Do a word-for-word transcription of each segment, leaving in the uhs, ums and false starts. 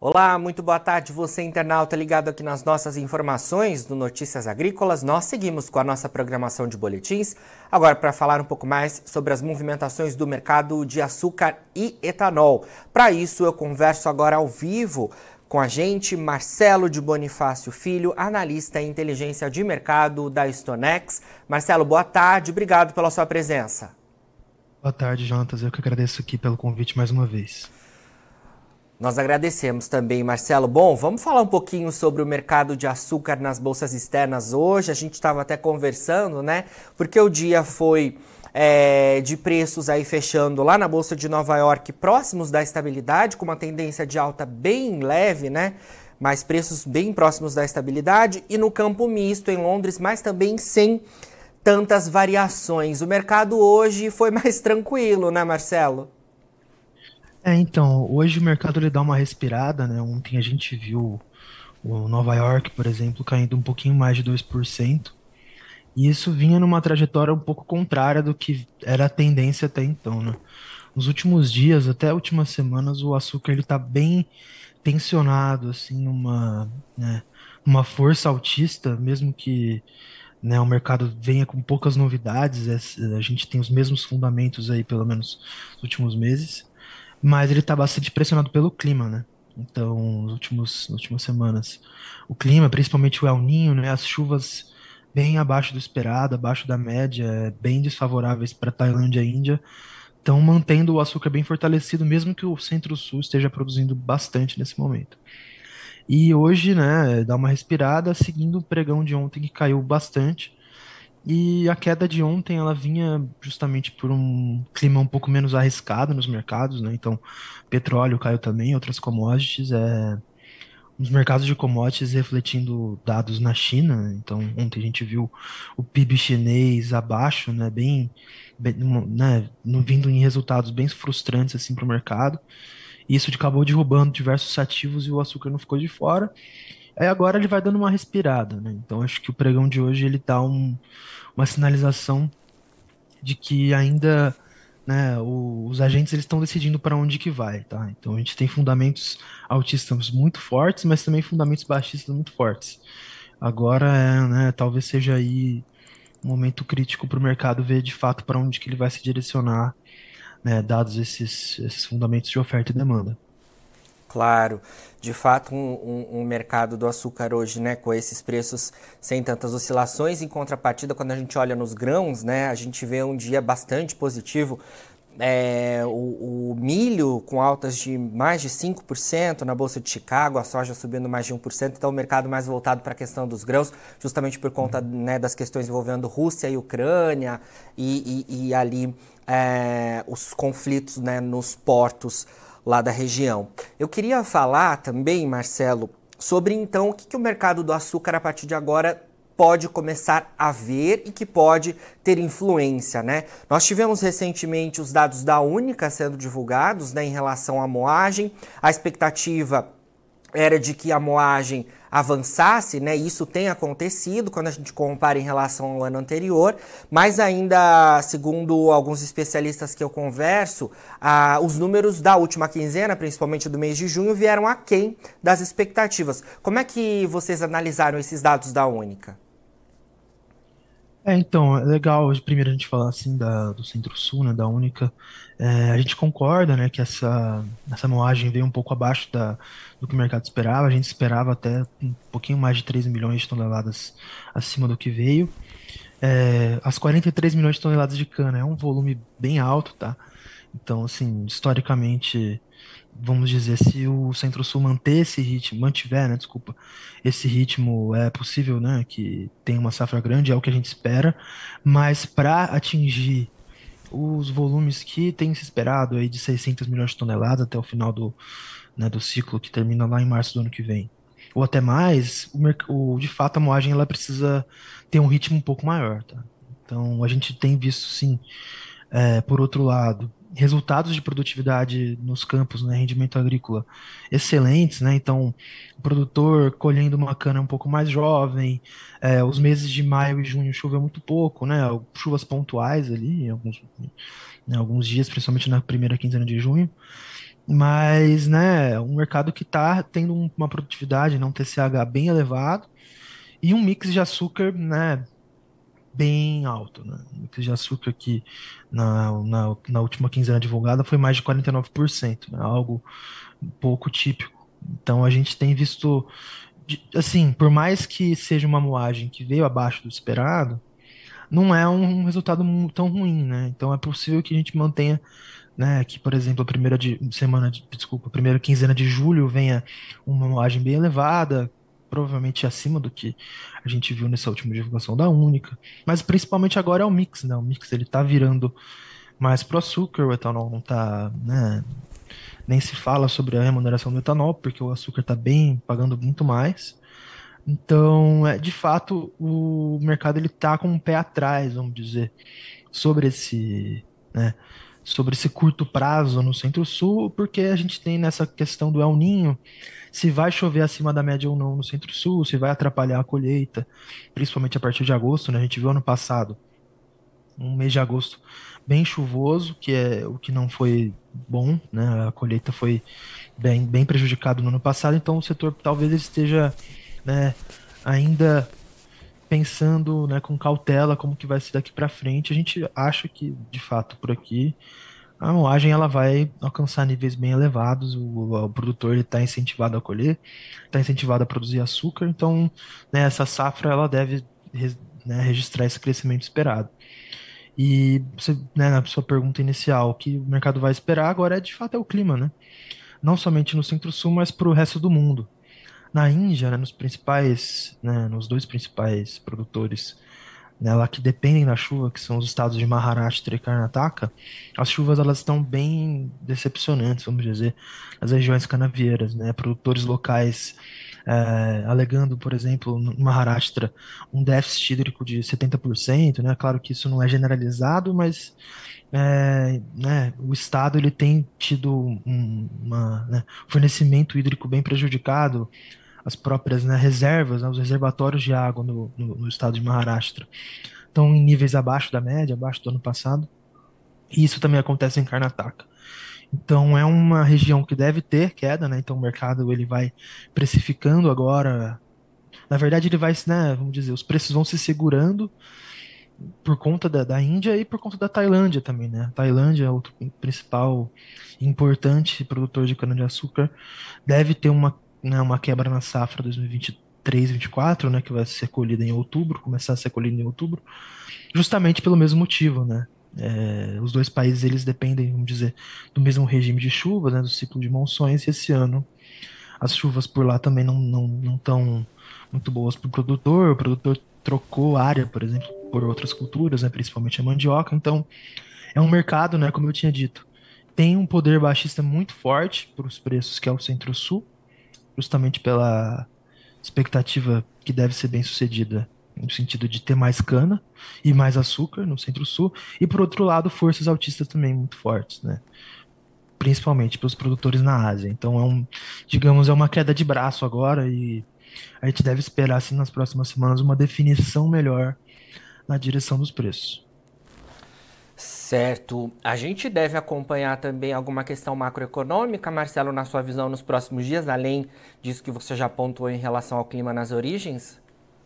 Olá, muito boa tarde, você internauta ligado aqui nas nossas informações do Notícias Agrícolas. Nós seguimos com a nossa programação de boletins, agora para falar um pouco mais sobre as movimentações do mercado de açúcar e etanol. Para isso, eu converso agora ao vivo com a gente, Marcelo de Bonifácio Filho, analista em inteligência de mercado da Stonex. Marcelo, boa tarde, obrigado pela sua presença. Boa tarde, Jonatas. Eu que agradeço aqui pelo convite mais uma vez. Nós agradecemos também, Marcelo. Bom, vamos falar um pouquinho sobre o mercado de açúcar nas bolsas externas hoje. A gente estava até conversando, né? Porque o dia foi é, de preços aí fechando lá na Bolsa de Nova York, próximos da estabilidade, com uma tendência de alta bem leve, né? Mas preços bem próximos da estabilidade. E no campo misto em Londres, mas também sem tantas variações. O mercado hoje foi mais tranquilo, né, Marcelo? É, então, hoje o mercado ele dá uma respirada, né? Ontem a gente viu o Nova York, por exemplo, caindo um pouquinho mais de dois por cento. E isso vinha numa trajetória um pouco contrária do que era a tendência até então, né? Nos últimos dias, até últimas semanas, o açúcar ele tá bem tensionado, assim, numa, né, uma força altista, mesmo que, né, o mercado venha com poucas novidades, é- a gente tem os mesmos fundamentos aí, pelo menos nos últimos meses. Mas ele está bastante pressionado pelo clima, né? Então, nos últimos, nas últimas semanas, o clima, principalmente o El Niño, né? As chuvas bem abaixo do esperado, abaixo da média, bem desfavoráveis para Tailândia e Índia, estão mantendo o açúcar bem fortalecido, mesmo que o Centro-Sul esteja produzindo bastante nesse momento. E hoje, né, dá uma respirada, seguindo o pregão de ontem que caiu bastante. E a queda de ontem, ela vinha justamente por um clima um pouco menos arriscado nos mercados, né? Então, petróleo caiu também, outras commodities, é, os mercados de commodities refletindo dados na China. Então, ontem a gente viu o P I B chinês abaixo, né? Bem, bem, né? no- Vindo em resultados bem frustrantes assim para o mercado. E isso acabou derrubando diversos ativos e o açúcar não ficou de fora. Aí agora ele vai dando uma respirada, né? Então, acho que o pregão de hoje ele dá um uma sinalização de que ainda, né, o- os agentes eles estão decidindo para onde que vai, tá? Então a gente tem fundamentos altistas muito fortes, mas também fundamentos baixistas muito fortes. Agora, é, né, talvez seja aí um momento crítico para o mercado ver de fato para onde que ele vai se direcionar, né, dados esses, esses fundamentos de oferta e demanda. Claro, de fato, um, um, um mercado do açúcar hoje, né, com esses preços sem tantas oscilações, em contrapartida, quando a gente olha nos grãos, né, a gente vê um dia bastante positivo. É, o, o milho com altas de mais de cinco por cento na Bolsa de Chicago, a soja subindo mais de um por cento, então o mercado mais voltado para a questão dos grãos, justamente por conta, Uhum. né, das questões envolvendo Rússia e Ucrânia e, e, e ali é, os conflitos, né, nos portos lá da região. Eu queria falar também, Marcelo, sobre então o que, que o mercado do açúcar a partir de agora pode começar a ver e que pode ter influência, né? Nós tivemos recentemente os dados da Única sendo divulgados, né, em relação à moagem. A expectativa era de que a moagem avançasse, né? Isso tem acontecido quando a gente compara em relação ao ano anterior, mas ainda, segundo alguns especialistas que eu converso, ah, os números da última quinzena, principalmente do mês de junho, vieram aquém das expectativas. Como é que vocês analisaram esses dados da Única? É, então, é legal hoje, primeiro a gente falar assim da, do Centro-Sul, né, da Única. É, a gente concorda, né, que essa, essa moagem veio um pouco abaixo da, do que o mercado esperava. A gente esperava até um pouquinho mais de três milhões de toneladas acima do que veio. É, as quarenta e três milhões de toneladas de cana é um volume bem alto, tá? Então, assim, historicamente, vamos dizer, se o Centro-Sul manter esse ritmo, mantiver, né, desculpa, esse ritmo, é possível, né, que tenha uma safra grande, é o que a gente espera, mas para atingir os volumes que tem se esperado aí de seiscentos milhões de toneladas até o final do, né, do ciclo, que termina lá em março do ano que vem, ou até mais, o, merc- o- de fato a moagem ela precisa ter um ritmo um pouco maior, tá? Então, a gente tem visto, sim, é, por outro lado, resultados de produtividade nos campos, né, rendimento agrícola excelentes, né, então o produtor colhendo uma cana um pouco mais jovem, é, os meses de maio e junho choveu muito pouco, né, chuvas pontuais ali, em alguns, em alguns dias, principalmente na primeira quinzena de junho, mas, né, um mercado que está tendo um- uma produtividade, né, um T C H bem elevado e um mix de açúcar, né, bem alto, né? O mix de açúcar aqui na, na, na última quinzena divulgada foi mais de quarenta e nove por cento, né? Algo pouco típico. Então a gente tem visto, de- assim, por mais que seja uma moagem que veio abaixo do esperado, não é um resultado mu- tão ruim, né? Então é possível que a gente mantenha, né, que, por exemplo, a primeira de, semana de, desculpa, a primeira quinzena de julho venha uma moagem bem elevada, provavelmente acima do que a gente viu nessa última divulgação da Única, mas principalmente agora é o mix, né? O mix ele tá virando mais pro açúcar, o etanol não tá, né, nem se fala sobre a remuneração do etanol, porque o açúcar tá bem, pagando muito mais. Então, é, de fato, o mercado ele tá com um pé atrás, vamos dizer, sobre esse, né, sobre esse curto prazo no Centro-Sul, porque a gente tem nessa questão do El Ninho, se vai chover acima da média ou não no Centro-Sul, se vai atrapalhar a colheita, principalmente a partir de agosto, né? A gente viu ano passado, um mês de agosto bem chuvoso, que é o que não foi bom, né? A colheita foi bem, bem prejudicada no ano passado, então o setor talvez esteja, né, ainda pensando, né, com cautela como que vai ser daqui para frente. A gente acha que, de fato, por aqui a moagem ela vai alcançar níveis bem elevados. O, o produtor está incentivado a colher, está incentivado a produzir açúcar, então, né, essa safra ela deve, res- né, registrar esse crescimento esperado. E você, né, na sua pergunta inicial, o que o mercado vai esperar agora é de fato é o clima, né? Não somente no Centro-Sul, mas para o resto do mundo. Na Índia, né, nos principais, né, nos dois principais produtores, né, lá que dependem da chuva, que são os estados de Maharashtra e Karnataka, as chuvas elas estão bem decepcionantes, vamos dizer, nas regiões canavieiras, né, produtores locais eh, alegando, por exemplo, no Maharashtra, um déficit hídrico de setenta por cento, né, claro que isso não é generalizado, mas eh, né, o estado ele tem tido um uma, né, fornecimento hídrico bem prejudicado, as próprias, né, reservas, né, os reservatórios de água no, no, no estado de Maharashtra estão em níveis abaixo da média, abaixo do ano passado, e isso também acontece em Karnataka. Então é uma região que deve ter queda, né? Então o mercado ele vai precificando agora. Na verdade, ele vai, né, vamos dizer, os preços vão se segurando por conta da, da Índia e por conta da Tailândia também, né? A Tailândia é outro principal e importante produtor de cana-de-açúcar, deve ter uma, né, uma quebra na safra dois mil e vinte e três, vinte e quatro, né, que vai ser colhida em outubro, começar a ser colhida em outubro, justamente pelo mesmo motivo, né? É, os dois países eles dependem, vamos dizer, do mesmo regime de chuvas, né, do ciclo de monções, e esse ano as chuvas por lá também não não não estão muito boas para o produtor. O produtor trocou área, por exemplo, por outras culturas, né, principalmente a mandioca. Então é um mercado, né, como eu tinha dito, tem um poder baixista muito forte para os preços, que é o Centro-Sul, justamente pela expectativa que deve ser bem sucedida no sentido de ter mais cana e mais açúcar no Centro-Sul, e por outro lado, forças altistas também muito fortes, né? Principalmente para os produtores na Ásia. Então é um, digamos, é uma queda de braço agora e a gente deve esperar assim nas próximas semanas uma definição melhor na direção dos preços. Certo. A gente deve acompanhar também alguma questão macroeconômica, Marcelo, na sua visão, nos próximos dias, além disso que você já pontuou em relação ao clima nas origens?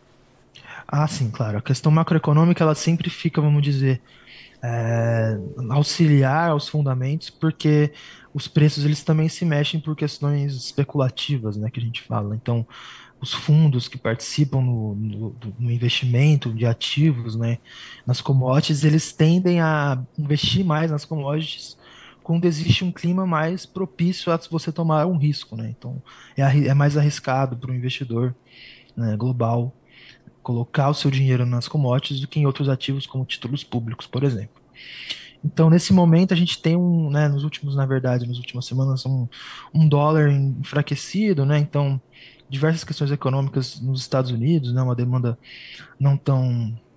Ah, sim, claro. A questão macroeconômica ela sempre fica, vamos dizer, é, auxiliar aos fundamentos, porque os preços eles também se mexem por questões especulativas, né, que a gente fala. Então, os fundos que participam no, no, no investimento de ativos, né, nas commodities, eles tendem a investir mais nas commodities quando existe um clima mais propício a você tomar um risco, né? Então, é, arri- é mais arriscado para o investidor, né, global colocar o seu dinheiro nas commodities do que em outros ativos como títulos públicos, por exemplo. Então, nesse momento, a gente tem um, né, nos últimos, na verdade, nas últimas semanas, um, um dólar enfraquecido, né? Então, diversas questões econômicas nos Estados Unidos, né? Uma demanda não tão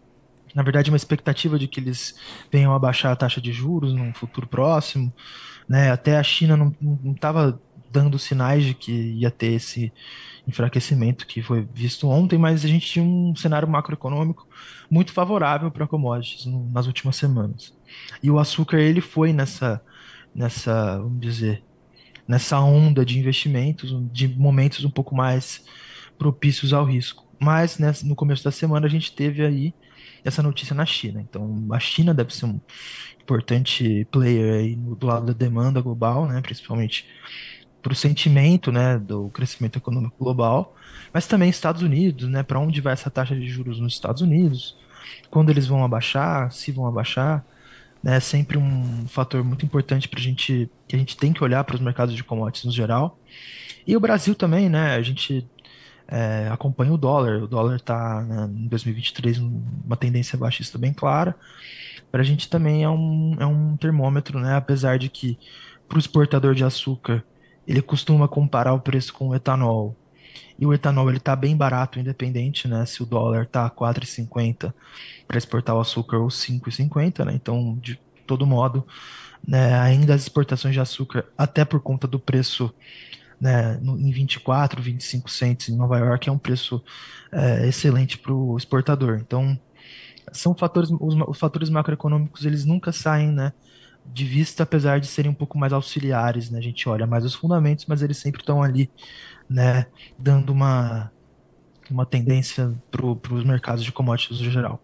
na verdade, uma expectativa de que eles venham a baixar a taxa de juros num futuro próximo, né? Até a China não estava dando sinais de que ia ter esse enfraquecimento que foi visto ontem, mas a gente tinha um cenário macroeconômico muito favorável para commodities no- nas últimas semanas. E o açúcar, ele foi nessa, nessa, vamos dizer, nessa onda de investimentos, de momentos um pouco mais propícios ao risco. Mas né, no começo da semana a gente teve aí essa notícia na China. Então, a China deve ser um importante player aí no- do lado da demanda global, né, principalmente para o sentimento, né, do crescimento econômico global, mas também Estados Unidos, né, para onde vai essa taxa de juros nos Estados Unidos, quando eles vão abaixar, se vão abaixar, né, é sempre um fator muito importante para a gente, que a gente tem que olhar para os mercados de commodities no geral. E o Brasil também, né, a gente é, acompanha o dólar, o dólar está, né, em dois mil e vinte e três uma tendência baixista bem clara, para a gente também é um, é um termômetro, né, apesar de que para o exportador de açúcar ele costuma comparar o preço com o etanol. E o etanol ele está bem barato, independente, né? Se o dólar está quatro e cinquenta para exportar o açúcar ou cinco e cinquenta, né? Então, de todo modo, né, ainda as exportações de açúcar, até por conta do preço, né, no, em vinte e quatro, vinte e cinco cents em Nova York, é um preço é, excelente para o exportador. Então, são fatores, os, os fatores macroeconômicos, eles nunca saem, né, de vista, apesar de serem um pouco mais auxiliares, né? A gente olha mais os fundamentos, mas eles sempre estão ali, né, dando uma, uma tendência para os mercados de commodities no geral.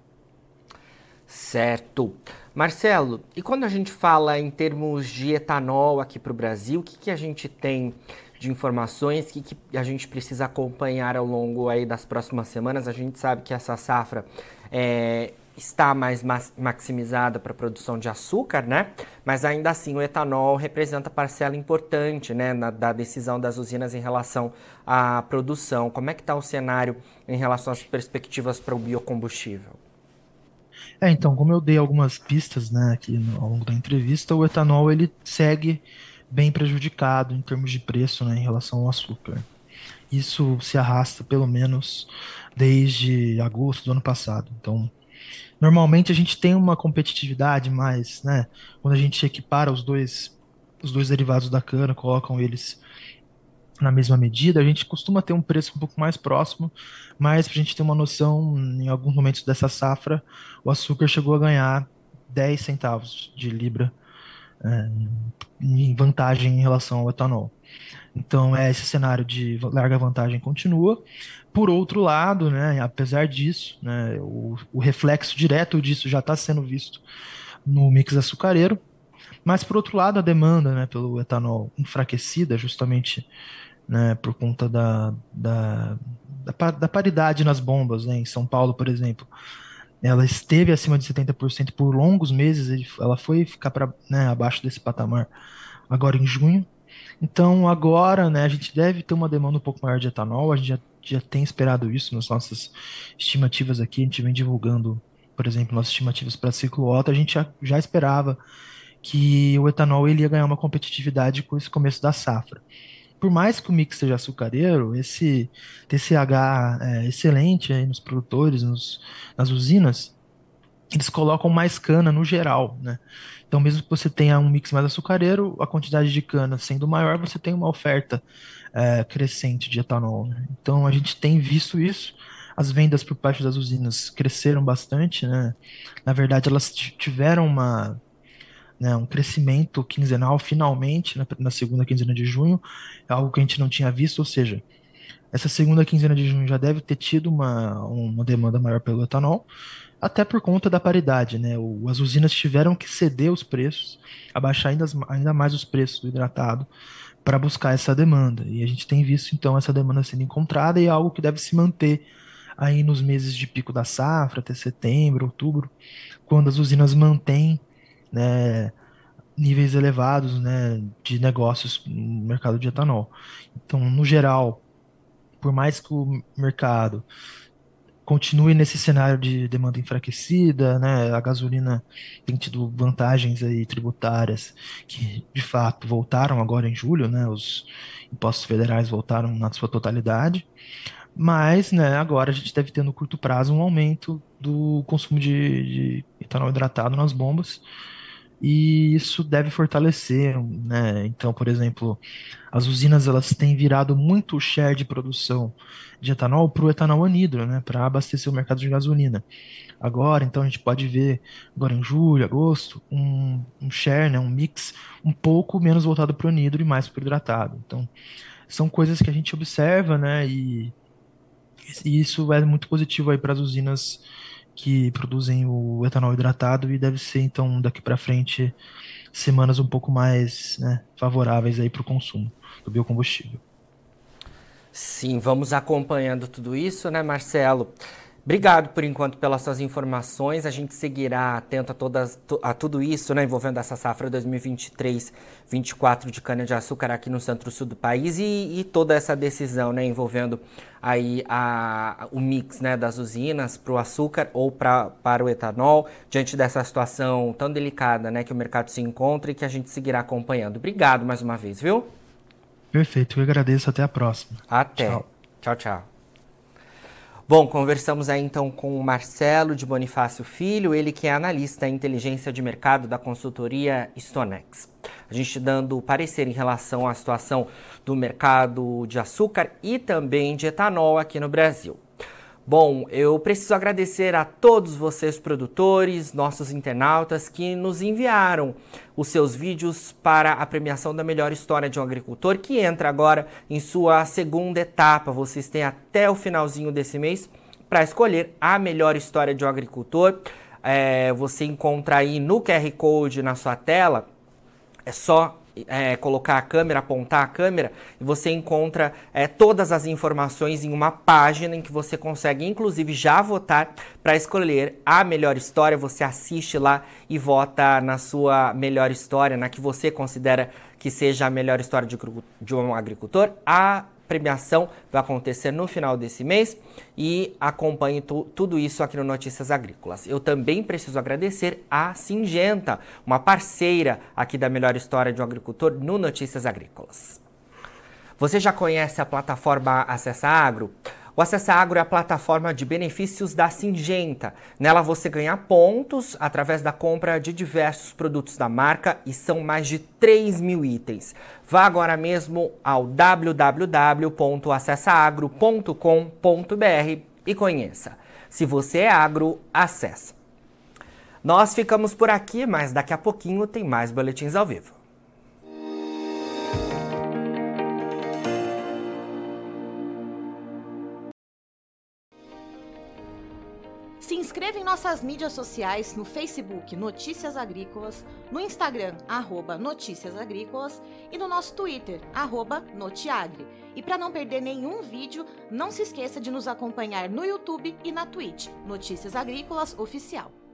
Certo. Marcelo, e quando a gente fala em termos de etanol aqui para o Brasil, o que, que a gente tem de informações, o que, que a gente precisa acompanhar ao longo aí das próximas semanas? A gente sabe que essa safra é, está mais maximizada para a produção de açúcar, né? Mas ainda assim o etanol representa parcela importante, né, na, da decisão das usinas em relação à produção. Como é que está o cenário em relação às perspectivas para o biocombustível? É, então, como eu dei algumas pistas, né, aqui no- ao longo da entrevista, o etanol ele segue bem prejudicado em termos de preço, né, em relação ao açúcar. Isso se arrasta pelo menos desde agosto do ano passado. Então, normalmente a gente tem uma competitividade mais, né, quando a gente equipara os dois os dois derivados da cana, colocam eles na mesma medida, a gente costuma ter um preço um pouco mais próximo, mas para a gente ter uma noção, em alguns momentos dessa safra, o açúcar chegou a ganhar dez centavos de libra é, em vantagem em relação ao etanol. Então, é, esse cenário de larga vantagem continua. Por outro lado, né, apesar disso, né, o, o reflexo direto disso já está sendo visto no mix açucareiro, mas por outro lado, a demanda, né, pelo etanol enfraquecida, justamente, né, por conta da, da, da, pa- da paridade nas bombas, né, em São Paulo, por exemplo, ela esteve acima de setenta por cento por longos meses, ele- ela foi ficar para, né, abaixo desse patamar agora em junho. Então, agora, né, a gente deve ter uma demanda um pouco maior de etanol, a gente já, já tem esperado isso nas nossas estimativas aqui, a gente vem divulgando, por exemplo, nossas estimativas para ciclo Otto, a gente já, já esperava que o etanol ele ia ganhar uma competitividade com esse começo da safra. Por mais que o mix seja açucareiro, esse T C H é excelente aí nos produtores, nos, nas usinas, eles colocam mais cana no geral, né? Então, mesmo que você tenha um mix mais açucareiro, a quantidade de cana sendo maior, você tem uma oferta é, crescente de etanol, né? Então, a gente tem visto isso. As vendas por parte das usinas cresceram bastante, né? Na verdade, elas tiveram uma, né, um crescimento quinzenal finalmente na, na segunda quinzena de junho, é algo que a gente não tinha visto, ou seja, essa segunda quinzena de junho já deve ter tido uma, uma demanda maior pelo etanol, até por conta da paridade, né? O, as usinas tiveram que ceder os preços, abaixar ainda, ainda mais os preços do hidratado para buscar essa demanda. E a gente tem visto então essa demanda sendo encontrada e é algo que deve se manter aí nos meses de pico da safra, até setembro, outubro, quando as usinas mantêm, né, níveis elevados, né, de negócios no mercado de etanol. Então, no geral, por mais que o mercado continue nesse cenário de demanda enfraquecida, né? A gasolina tem tido vantagens aí tributárias que, de fato, voltaram agora em julho, né? Os impostos federais voltaram na sua totalidade, mas, né, agora a gente deve ter no curto prazo um aumento do consumo de, de etanol hidratado nas bombas, e isso deve fortalecer, né? Então, por exemplo, as usinas elas têm virado muito o share de produção de etanol para o etanol anidro, né, para abastecer o mercado de gasolina. Agora, então, a gente pode ver, agora em julho, agosto, um, um share, né, um mix um pouco menos voltado para o anidro e mais para o hidratado. Então, são coisas que a gente observa, né, e, e isso é muito positivo aí para as usinas que produzem o etanol hidratado e deve ser, então, daqui para frente, semanas um pouco mais, né, favoráveis aí para o consumo do biocombustível. Sim, vamos acompanhando tudo isso, né, Marcelo? Obrigado por enquanto pelas suas informações. A gente seguirá atento a, todas, a tudo isso, né, envolvendo essa safra dois mil e vinte e três, vinte e quatro de cana-de-açúcar aqui no centro-sul do país e, e toda essa decisão, né, envolvendo aí a, o mix, né, das usinas para o açúcar ou pra, para o etanol, diante dessa situação tão delicada, né, que o mercado se encontra e que a gente seguirá acompanhando. Obrigado mais uma vez, viu? Perfeito, eu agradeço. Até a próxima. Até. Tchau. Tchau, tchau. Bom, conversamos aí então com o Marcelo de Bonifácio Filho, ele que é analista em inteligência de mercado da consultoria Stonex. A gente dando parecer em relação à situação do mercado de açúcar e também de etanol aqui no Brasil. Bom, eu preciso agradecer a todos vocês produtores, nossos internautas que nos enviaram os seus vídeos para a premiação da melhor história de um agricultor, que entra agora em sua segunda etapa. Vocês têm até o finalzinho desse mês para escolher a melhor história de um agricultor. É, você encontra aí no Q R Code na sua tela, é só É, colocar a câmera, apontar a câmera e você encontra é, todas as informações em uma página em que você consegue inclusive já votar para escolher a melhor história. Você assiste lá e vota na sua melhor história, na que você considera que seja a melhor história de, de um agricultor. A premiação vai acontecer no final desse mês e acompanhe tu, tudo isso aqui no Notícias Agrícolas. Eu também preciso agradecer a Syngenta, uma parceira aqui da melhor história de um agricultor no Notícias Agrícolas. Você já conhece a plataforma Acessa Agro? O Acessa Agro é a plataforma de benefícios da Syngenta. Nela você ganha pontos através da compra de diversos produtos da marca e são mais de três mil itens. Vá agora mesmo ao w w w ponto acessa agro ponto com ponto b r e conheça. Se você é agro, acessa. Nós ficamos por aqui, mas daqui a pouquinho tem mais boletins ao vivo. Se inscreva em nossas mídias sociais no Facebook Notícias Agrícolas, no Instagram, arroba Notícias Agrícolas e no nosso Twitter, arroba Notiagre. E para não perder nenhum vídeo, não se esqueça de nos acompanhar no YouTube e na Twitch, Notícias Agrícolas Oficial.